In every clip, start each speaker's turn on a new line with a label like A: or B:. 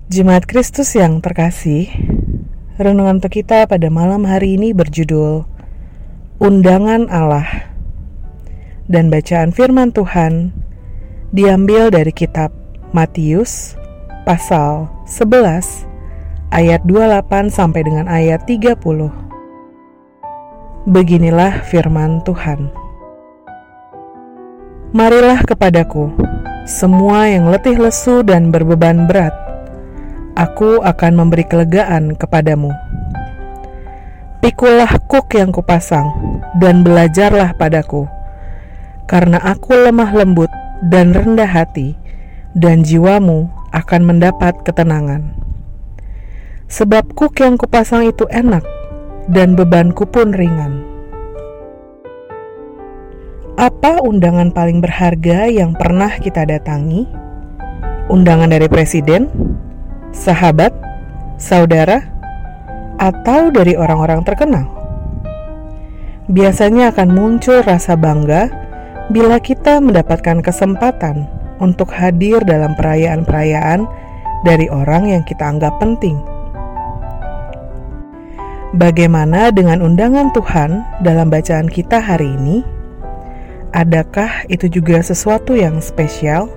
A: Jemaat Kristus yang terkasih, renungan untuk kita pada malam hari ini berjudul Undangan Allah. Dan bacaan firman Tuhan diambil dari kitab Matius pasal 11 ayat 28 sampai dengan ayat 30. Beginilah firman Tuhan. Marilah kepadaku, semua yang letih lesu dan berbeban berat, aku akan memberi kelegaan kepadamu. Pikulah kuk yang kupasang, dan belajarlah padaku, karena aku lemah lembut dan rendah hati, dan jiwamu akan mendapat ketenangan. Sebab kuk yang kupasang itu enak, dan bebanku pun ringan. Apa undangan paling berharga yang pernah kita datangi? Undangan dari presiden, sahabat, saudara, atau dari orang-orang terkenal? Biasanya akan muncul rasa bangga bila kita mendapatkan kesempatan untuk hadir dalam perayaan-perayaan dari orang yang kita anggap penting. Bagaimana dengan undangan Tuhan dalam bacaan kita hari ini? Adakah itu juga sesuatu yang spesial?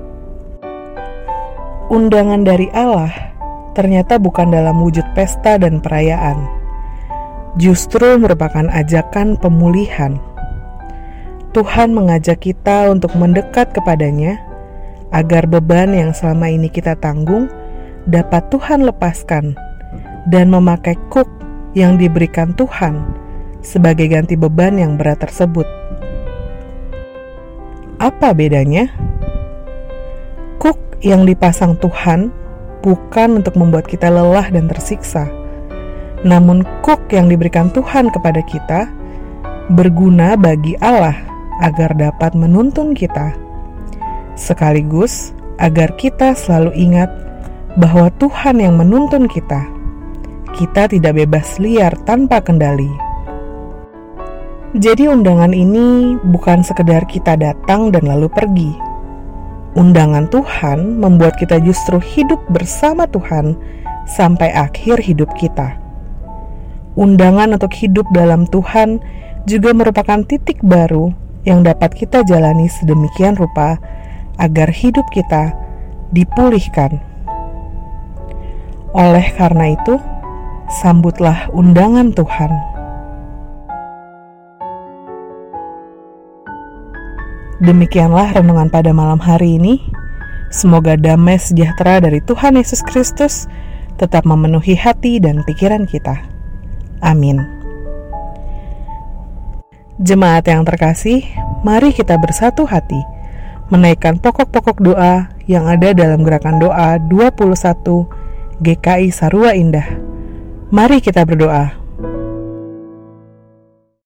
A: Undangan dari Allah ternyata bukan dalam wujud pesta dan perayaan, justru merupakan ajakan pemulihan. Tuhan mengajak kita untuk mendekat kepadanya, agar beban yang selama ini kita tanggung dapat Tuhan lepaskan, dan memakai kuk yang diberikan Tuhan sebagai ganti beban yang berat tersebut. Apa bedanya? Kuk yang dipasang Tuhan bukan untuk membuat kita lelah dan tersiksa, namun kuk yang diberikan Tuhan kepada kita berguna bagi Allah agar dapat menuntun kita, sekaligus agar kita selalu ingat bahwa Tuhan yang menuntun kita. Kita tidak bebas liar tanpa kendali. Jadi undangan ini bukan sekedar kita datang dan lalu pergi. Undangan Tuhan membuat kita justru hidup bersama Tuhan sampai akhir hidup kita. Undangan untuk hidup dalam Tuhan juga merupakan titik baru yang dapat kita jalani sedemikian rupa agar hidup kita dipulihkan. Oleh karena itu, sambutlah undangan Tuhan. Demikianlah renungan pada malam hari ini. Semoga damai sejahtera dari Tuhan Yesus Kristus tetap memenuhi hati dan pikiran kita. Amin. Jemaat yang terkasih, mari kita bersatu hati menaikkan pokok-pokok doa yang ada dalam gerakan doa 21 GKI Sarua Indah. Mari kita berdoa.